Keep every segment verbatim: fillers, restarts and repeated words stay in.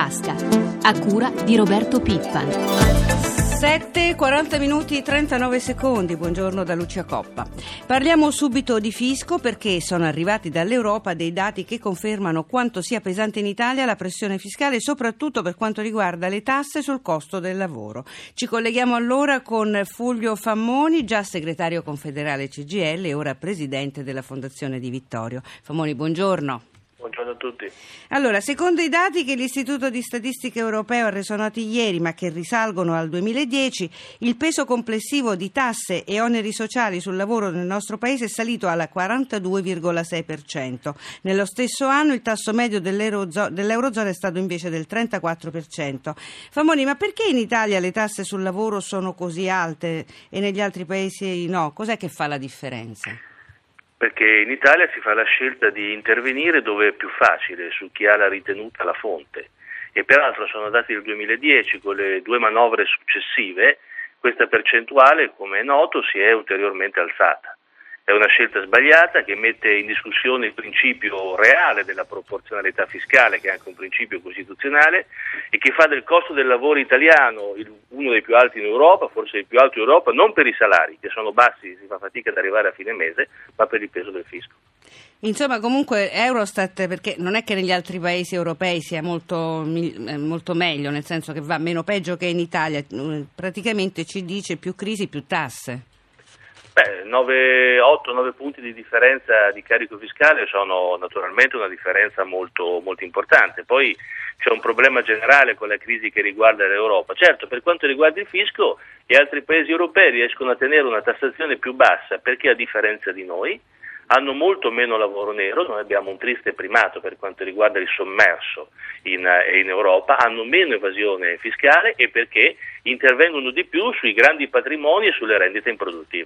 tasca, a cura di Roberto Pippan. sette e quaranta minuti e trentanove secondi, buongiorno da Lucia Coppa. Parliamo subito di fisco perché sono arrivati dall'Europa dei dati che confermano quanto sia pesante in Italia la pressione fiscale, soprattutto per quanto riguarda le tasse sul costo del lavoro. Ci colleghiamo allora con Fulvio Fammoni, già segretario confederale C G I L e ora presidente della Fondazione Di Vittorio. Fammoni, buongiorno. Buongiorno a tutti. Allora, secondo i dati che l'Istituto di Statistica Europeo ha reso noti ieri, ma che risalgono al duemiladieci, il peso complessivo di tasse e oneri sociali sul lavoro nel nostro paese è salito al quarantadue virgola sei per cento. Nello stesso anno il tasso medio dell'Eurozo- dell'Eurozona è stato invece del trentaquattro per cento. Famoni, ma perché in Italia le tasse sul lavoro sono così alte e negli altri paesi no? Cos'è che fa la differenza? Perché in Italia si fa la scelta di intervenire dove è più facile, su chi ha la ritenuta la fonte. E peraltro sono dati del duemiladieci, con le due manovre successive, questa percentuale, come è noto, si è ulteriormente alzata. È una scelta sbagliata che mette in discussione il principio reale della proporzionalità fiscale, che è anche un principio costituzionale, e che fa del costo del lavoro italiano il, uno dei più alti in Europa, forse il più alto in Europa, non per i salari, che sono bassi, si fa fatica ad arrivare a fine mese, ma per il peso del fisco. Insomma, comunque Eurostat, perché non è che negli altri paesi europei sia molto, molto meglio, nel senso che va meno peggio che in Italia, praticamente ci dice più crisi, più tasse. Beh, otto nove punti di differenza di carico fiscale sono naturalmente una differenza molto, molto importante. Poi c'è un problema generale con la crisi che riguarda l'Europa. Certo, per quanto riguarda il fisco, gli altri paesi europei riescono a tenere una tassazione più bassa perché, a differenza di noi, hanno molto meno lavoro nero. Noi abbiamo un triste primato per quanto riguarda il sommerso in, in Europa, hanno meno evasione fiscale e perché intervengono di più sui grandi patrimoni e sulle rendite improduttive.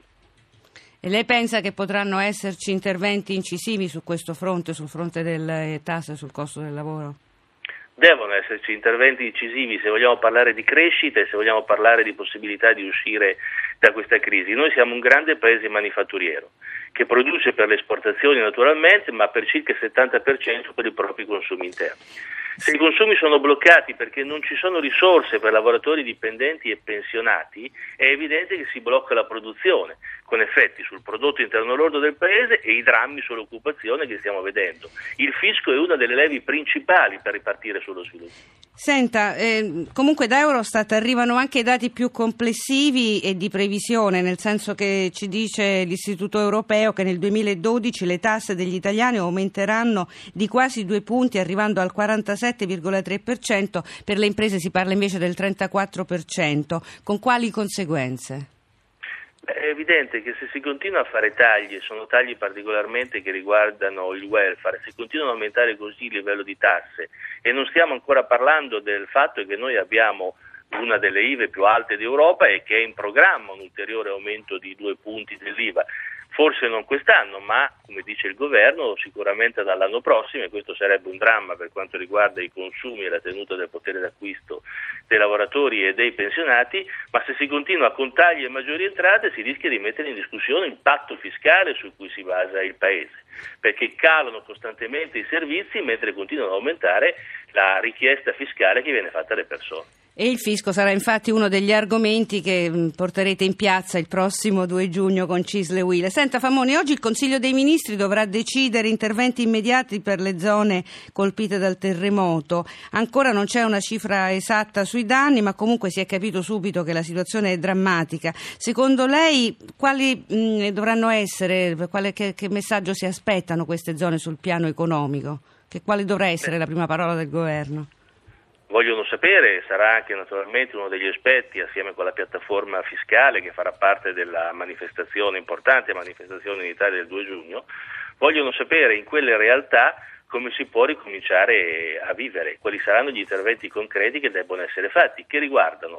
E lei pensa che potranno esserci interventi incisivi su questo fronte, sul fronte delle tasse sul costo del lavoro? Devono esserci interventi incisivi se vogliamo parlare di crescita e se vogliamo parlare di possibilità di uscire da questa crisi. Noi siamo un grande paese manifatturiero che produce per le esportazioni naturalmente, ma per circa il settanta per cento per i propri consumi interni. Se i consumi sono bloccati perché non ci sono risorse per lavoratori dipendenti e pensionati, è evidente che si blocca la produzione, con effetti sul prodotto interno lordo del paese e i drammi sull'occupazione che stiamo vedendo. Il fisco è una delle levi principali per ripartire sullo sviluppo. Senta, eh, comunque da Eurostat arrivano anche i dati più complessivi e di previsione, nel senso che ci dice l'Istituto Europeo che nel duemiladodici le tasse degli italiani aumenteranno di quasi due punti, arrivando al quarantasette virgola tre per cento, per le imprese si parla invece del trentaquattro per cento. Con quali conseguenze? È evidente che se si continua a fare tagli, e sono tagli particolarmente che riguardano il welfare, se continuano a aumentare così il livello di tasse, e non stiamo ancora parlando del fatto che noi abbiamo una delle I V A più alte d'Europa e che è in programma un ulteriore aumento di due punti dell'I V A, forse non quest'anno, ma come dice il governo sicuramente dall'anno prossimo, e questo sarebbe un dramma per quanto riguarda i consumi e la tenuta del potere d'acquisto dei lavoratori e dei pensionati. Ma se si continua con tagli e maggiori entrate si rischia di mettere in discussione il patto fiscale su cui si basa il paese, perché calano costantemente i servizi mentre continuano ad aumentare la richiesta fiscale che viene fatta alle persone. E il fisco sarà infatti uno degli argomenti che porterete in piazza il prossimo due giugno con C I S L e U I L. Senta Fammoni, oggi il Consiglio dei Ministri dovrà decidere interventi immediati per le zone colpite dal terremoto. Ancora non c'è una cifra esatta sui danni, ma comunque si è capito subito che la situazione è drammatica. Secondo lei quali mh, dovranno essere, quale, che, che messaggio si aspettano queste zone sul piano economico? Che quale dovrà essere la prima parola del governo? Vogliono sapere, sarà anche naturalmente uno degli aspetti assieme con la piattaforma fiscale che farà parte della manifestazione, importante manifestazione in Italia del due giugno, vogliono sapere in quelle realtà come si può ricominciare a vivere, quali saranno gli interventi concreti che debbono essere fatti, che riguardano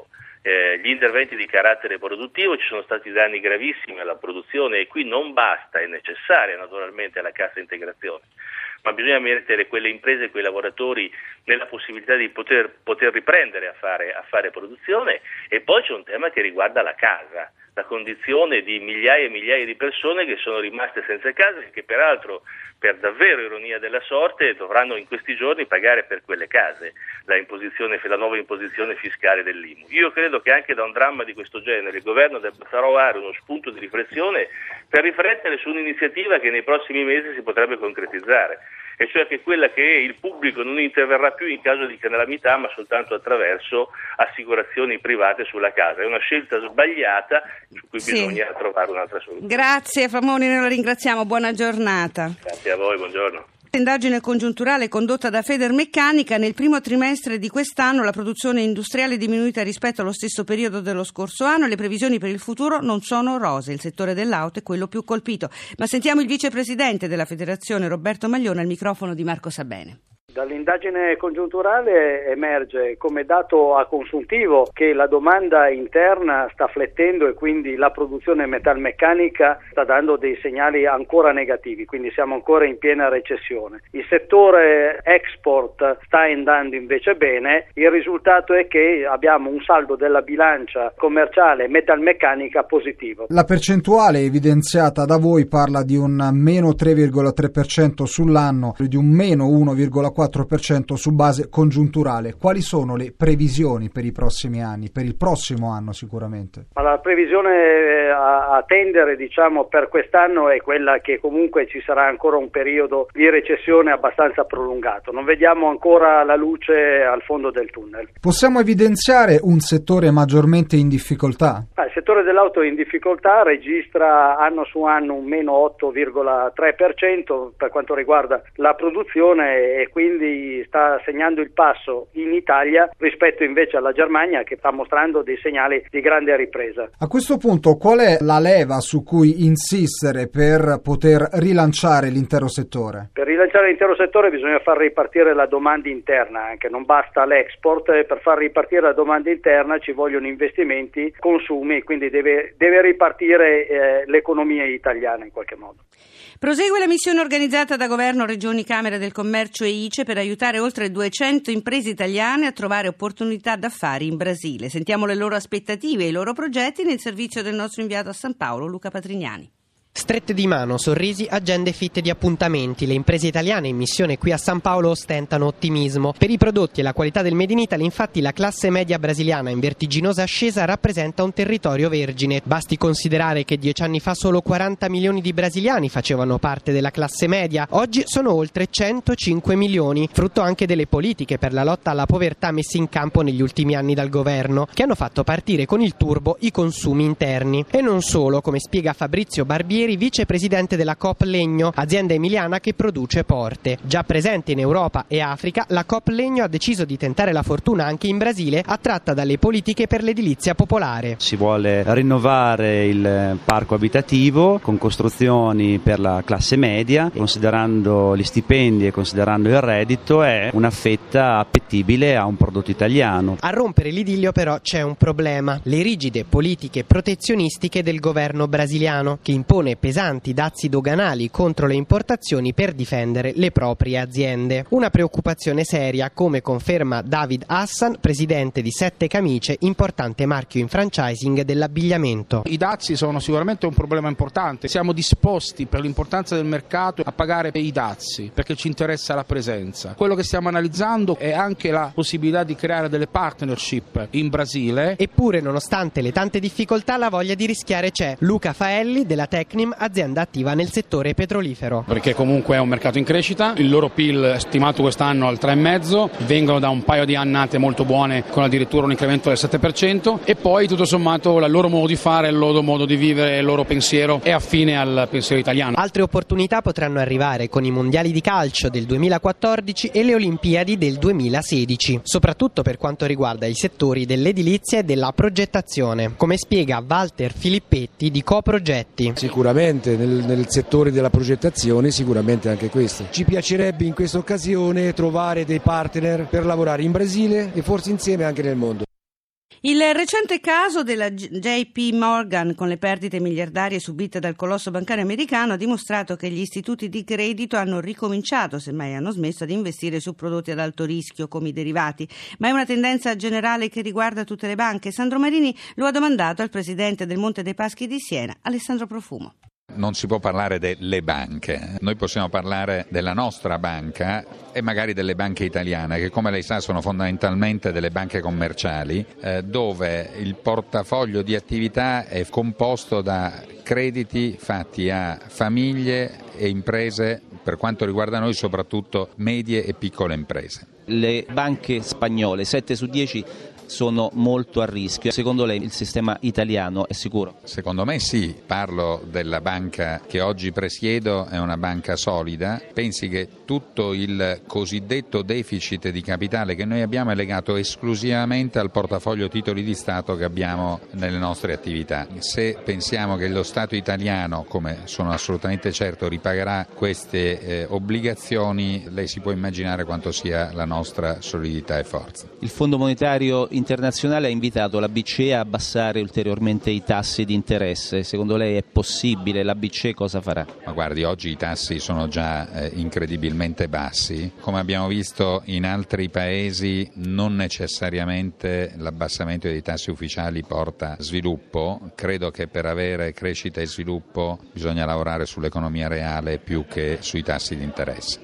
eh, gli interventi di carattere produttivo, ci sono stati danni gravissimi alla produzione e qui non basta, è necessaria naturalmente la cassa integrazione, ma bisogna mettere quelle imprese e quei lavoratori nella possibilità di poter, poter riprendere a fare, a fare produzione. E poi c'è un tema che riguarda la casa, la condizione di migliaia e migliaia di persone che sono rimaste senza casa e che peraltro, per davvero ironia della sorte, dovranno in questi giorni pagare per quelle case la imposizione, la nuova imposizione fiscale dell'I M U. Io credo che anche da un dramma di questo genere il governo debba trovare uno spunto di riflessione per riflettere su un'iniziativa che nei prossimi mesi si potrebbe concretizzare, e cioè che quella che il pubblico non interverrà più in caso di calamità, ma soltanto attraverso assicurazioni private sulla casa. È una scelta sbagliata su cui sì. bisogna trovare un'altra soluzione. Grazie Famoni, noi la ringraziamo, buona giornata. Grazie a voi, buongiorno. Indagine congiunturale condotta da Federmeccanica: nel primo trimestre di quest'anno la produzione industriale è diminuita rispetto allo stesso periodo dello scorso anno e le previsioni per il futuro non sono rose. Il settore dell'auto è quello più colpito. Ma sentiamo il vicepresidente della Federazione Roberto Maglione al microfono di Marco Sabene. Dall'indagine congiunturale emerge come dato a consuntivo che la domanda interna sta flettendo e quindi la produzione metalmeccanica sta dando dei segnali ancora negativi, quindi siamo ancora in piena recessione. Il settore export sta andando invece bene, il risultato è che abbiamo un saldo della bilancia commerciale metalmeccanica positivo. La percentuale evidenziata da voi parla di un meno tre virgola tre per cento sull'anno e di un meno uno virgola quattro per cento su base congiunturale. Quali sono le previsioni per i prossimi anni, per il prossimo anno sicuramente? Ma la previsione a, a tendere diciamo per quest'anno è quella che comunque ci sarà ancora un periodo di recessione abbastanza prolungato. Non vediamo ancora la luce al fondo del tunnel. Possiamo evidenziare un settore maggiormente in difficoltà? Ah, il settore dell'auto in difficoltà registra anno su anno un meno otto virgola tre per cento per quanto riguarda la produzione e quindi sta segnando il passo in Italia rispetto invece alla Germania, che sta mostrando dei segnali di grande ripresa. A questo punto qual è la leva su cui insistere per poter rilanciare l'intero settore? Per rilanciare l'intero settore bisogna far ripartire la domanda interna, anche non basta l'export, per far ripartire la domanda interna ci vogliono investimenti, consumi, quindi deve, deve ripartire eh, l'economia italiana in qualche modo. Prosegue la missione organizzata da Governo, Regioni, Camere del Commercio e I C E per aiutare oltre duecento imprese italiane a trovare opportunità d'affari in Brasile. Sentiamo le loro aspettative e i loro progetti nel servizio del nostro inviato a San Paolo, Luca Patrignani. Strette di mano, sorrisi, agende fitte di appuntamenti. Le imprese italiane in missione qui a San Paolo ostentano ottimismo. Per i prodotti e la qualità del Made in Italy, infatti, la classe media brasiliana in vertiginosa ascesa rappresenta un territorio vergine. Basti considerare che dieci anni fa solo quaranta milioni di brasiliani facevano parte della classe media. Oggi sono oltre centocinque milioni, frutto anche delle politiche per la lotta alla povertà messe in campo negli ultimi anni dal governo, che hanno fatto partire con il turbo i consumi interni. E non solo, come spiega Fabrizio Barbieri, vicepresidente della Coop Legno, azienda emiliana che produce porte. Già presente in Europa e Africa, la Coop Legno ha deciso di tentare la fortuna anche in Brasile, attratta dalle politiche per l'edilizia popolare. Si vuole rinnovare il parco abitativo con costruzioni per la classe media, considerando gli stipendi e considerando il reddito è una fetta appetibile a un prodotto italiano. A rompere l'idillio però c'è un problema: le rigide politiche protezionistiche del governo brasiliano, che impone pesanti dazi doganali contro le importazioni per difendere le proprie aziende. Una preoccupazione seria, come conferma David Hassan, presidente di Sette Camicie, importante marchio in franchising dell'abbigliamento. I dazi sono sicuramente un problema importante. Siamo disposti, per l'importanza del mercato, a pagare i dazi perché ci interessa la presenza. Quello che stiamo analizzando è anche la possibilità di creare delle partnership in Brasile. Eppure, nonostante le tante difficoltà, la voglia di rischiare c'è. Luca Faelli della Tecnim, azienda attiva nel settore petrolifero. Perché comunque è un mercato in crescita, il loro P I L è stimato quest'anno al tre virgola cinque, vengono da un paio di annate molto buone con addirittura un incremento del sette per cento e poi tutto sommato il loro modo di fare, il loro modo di vivere, il loro pensiero è affine al pensiero italiano. Altre opportunità potranno arrivare con i mondiali di calcio del duemilaquattordici e le Olimpiadi del duemilasedici, soprattutto per quanto riguarda i settori dell'edilizia e della progettazione, come spiega Walter Filippetti di Coprogetti. Sicuramente nel, nel settore della progettazione, sicuramente anche questo. Ci piacerebbe in questa occasione trovare dei partner per lavorare in Brasile e forse insieme anche nel mondo. Il recente caso della J P Morgan con le perdite miliardarie subite dal colosso bancario americano ha dimostrato che gli istituti di credito hanno ricominciato, semmai hanno smesso, ad investire su prodotti ad alto rischio come i derivati. Ma è una tendenza generale che riguarda tutte le banche? Sandro Marini lo ha domandato al presidente del Monte dei Paschi di Siena, Alessandro Profumo. Non si può parlare delle banche, noi possiamo parlare della nostra banca e magari delle banche italiane che, come lei sa, sono fondamentalmente delle banche commerciali eh, dove il portafoglio di attività è composto da crediti fatti a famiglie e imprese, per quanto riguarda noi soprattutto medie e piccole imprese. Le banche spagnole, sette su dieci, sono molto a rischio. Secondo lei il sistema italiano è sicuro? Secondo me sì, parlo della banca che oggi presiedo, è una banca solida. Pensi che tutto il cosiddetto deficit di capitale che noi abbiamo è legato esclusivamente al portafoglio titoli di Stato che abbiamo nelle nostre attività. Se pensiamo che lo Stato italiano, come sono assolutamente certo, ripagherà queste eh, obbligazioni, lei si può immaginare quanto sia la nostra solidità e forza. Il Fondo Monetario Internazionale ha invitato la B C E a abbassare ulteriormente i tassi di interesse. Secondo lei è possibile? La B C E cosa farà? Ma guardi, oggi i tassi sono già eh, incredibilmente bassi. Come abbiamo visto in altri paesi, non necessariamente l'abbassamento dei tassi ufficiali porta sviluppo. Credo che per avere crescita e sviluppo bisogna lavorare sull'economia reale più che sui tassi di interesse.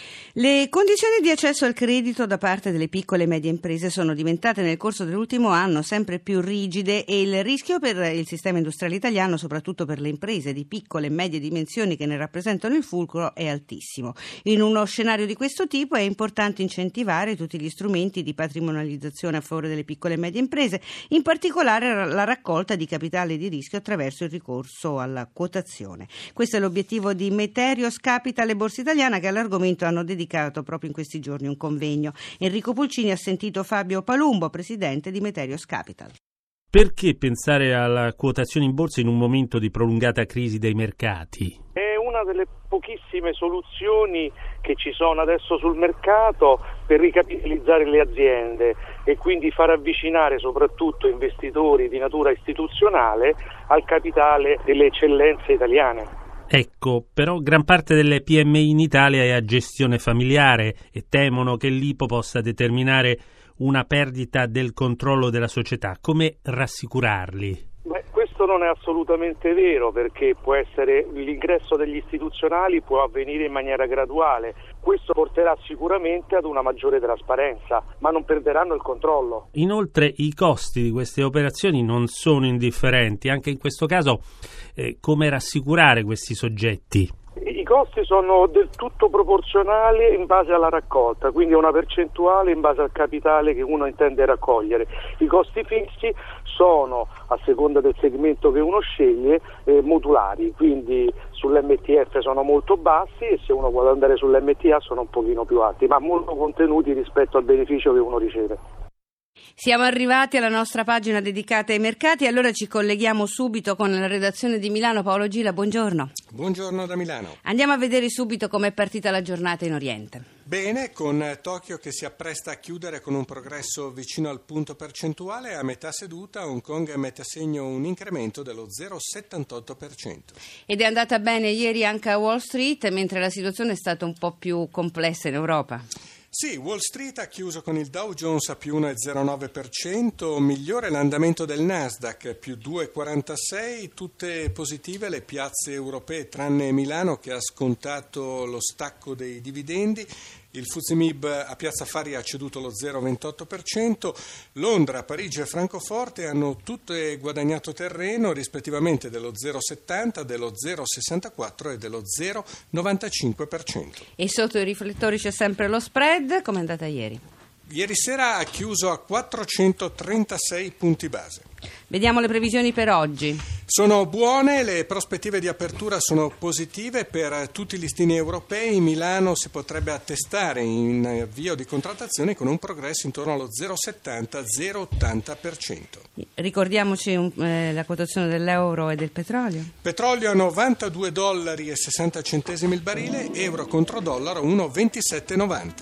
Le condizioni di accesso al credito da parte delle piccole e medie imprese sono diventate nel corso dell'ultimo anno sempre più rigide e il rischio per il sistema industriale italiano, soprattutto per le imprese di piccole e medie dimensioni che ne rappresentano il fulcro, è altissimo. In uno scenario di questo tipo è importante incentivare tutti gli strumenti di patrimonializzazione a favore delle piccole e medie imprese, in particolare la raccolta di capitale di rischio attraverso il ricorso alla quotazione. Questo è l'obiettivo di Meteorios Capital e Borsa Italiana, che all'argomento hanno dedicato proprio in questi giorni un convegno. Enrico Pulcini ha sentito Fabio Palumbo, presidente di Meteorios Capital. Perché pensare alla quotazione in borsa in un momento di prolungata crisi dei mercati? È una delle pochissime soluzioni che ci sono adesso sul mercato per ricapitalizzare le aziende e quindi far avvicinare soprattutto investitori di natura istituzionale al capitale delle eccellenze italiane. Ecco, però gran parte delle P M I in Italia è a gestione familiare e temono che l'I P O possa determinare una perdita del controllo della società. Come rassicurarli? Beh, questo non è assolutamente vero, perché può essere l'ingresso degli istituzionali può avvenire in maniera graduale. Questo porterà sicuramente ad una maggiore trasparenza, ma non perderanno il controllo. Inoltre i costi di queste operazioni non sono indifferenti. Anche in questo caso, eh, come rassicurare questi soggetti? I costi sono del tutto proporzionali in base alla raccolta, quindi è una percentuale in base al capitale che uno intende raccogliere. I costi fissi sono, a seconda del segmento che uno sceglie, eh, modulari, quindi sull'M T F sono molto bassi e se uno vuole andare sull'M T A sono un pochino più alti, ma molto contenuti rispetto al beneficio che uno riceve. Siamo arrivati alla nostra pagina dedicata ai mercati, allora ci colleghiamo subito con la redazione di Milano. Paolo Gila, buongiorno. Buongiorno da Milano. Andiamo a vedere subito com'è partita la giornata in Oriente. Bene, con Tokyo che si appresta a chiudere con un progresso vicino al punto percentuale, a metà seduta Hong Kong mette a segno un incremento dello zero virgola settantotto per cento. Ed è andata bene ieri anche a Wall Street, mentre la situazione è stata un po' più complessa in Europa. Sì, Wall Street ha chiuso con il Dow Jones a più uno virgola zero nove per cento, migliore l'andamento del Nasdaq, più due virgola quarantasei, tutte positive le piazze europee tranne Milano che ha scontato lo stacco dei dividendi. Il F T S E M I B a Piazza Affari ha ceduto lo zero virgola ventotto per cento, Londra, Parigi e Francoforte hanno tutte guadagnato terreno rispettivamente dello zero virgola settanta, dello zero virgola sessantaquattro e dello zero virgola novantacinque per cento. E sotto i riflettori c'è sempre lo spread, come è andata ieri? Ieri sera ha chiuso a quattrocentotrentasei punti base. Vediamo le previsioni per oggi. Sono buone, le prospettive di apertura sono positive per tutti i listini europei. Milano si potrebbe attestare in avvio di contrattazione con un progresso intorno allo zero virgola settanta zero virgola ottanta per cento. Ricordiamoci un, eh, la quotazione dell'euro e del petrolio. Petrolio a novantadue dollari e sessanta centesimi il barile, euro contro dollaro uno virgola ventisette novanta.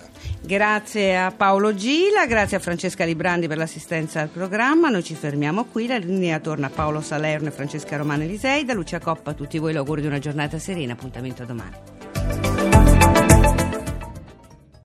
Grazie a Paolo Gila, grazie a Francesca Librandi per l'assistenza al programma. Noi ci fermiamo qui, la linea torna a Paolo Salerno e Francesca Romano Elisei. Da Lucia Coppa a tutti voi l'augurio di una giornata serena, appuntamento a domani.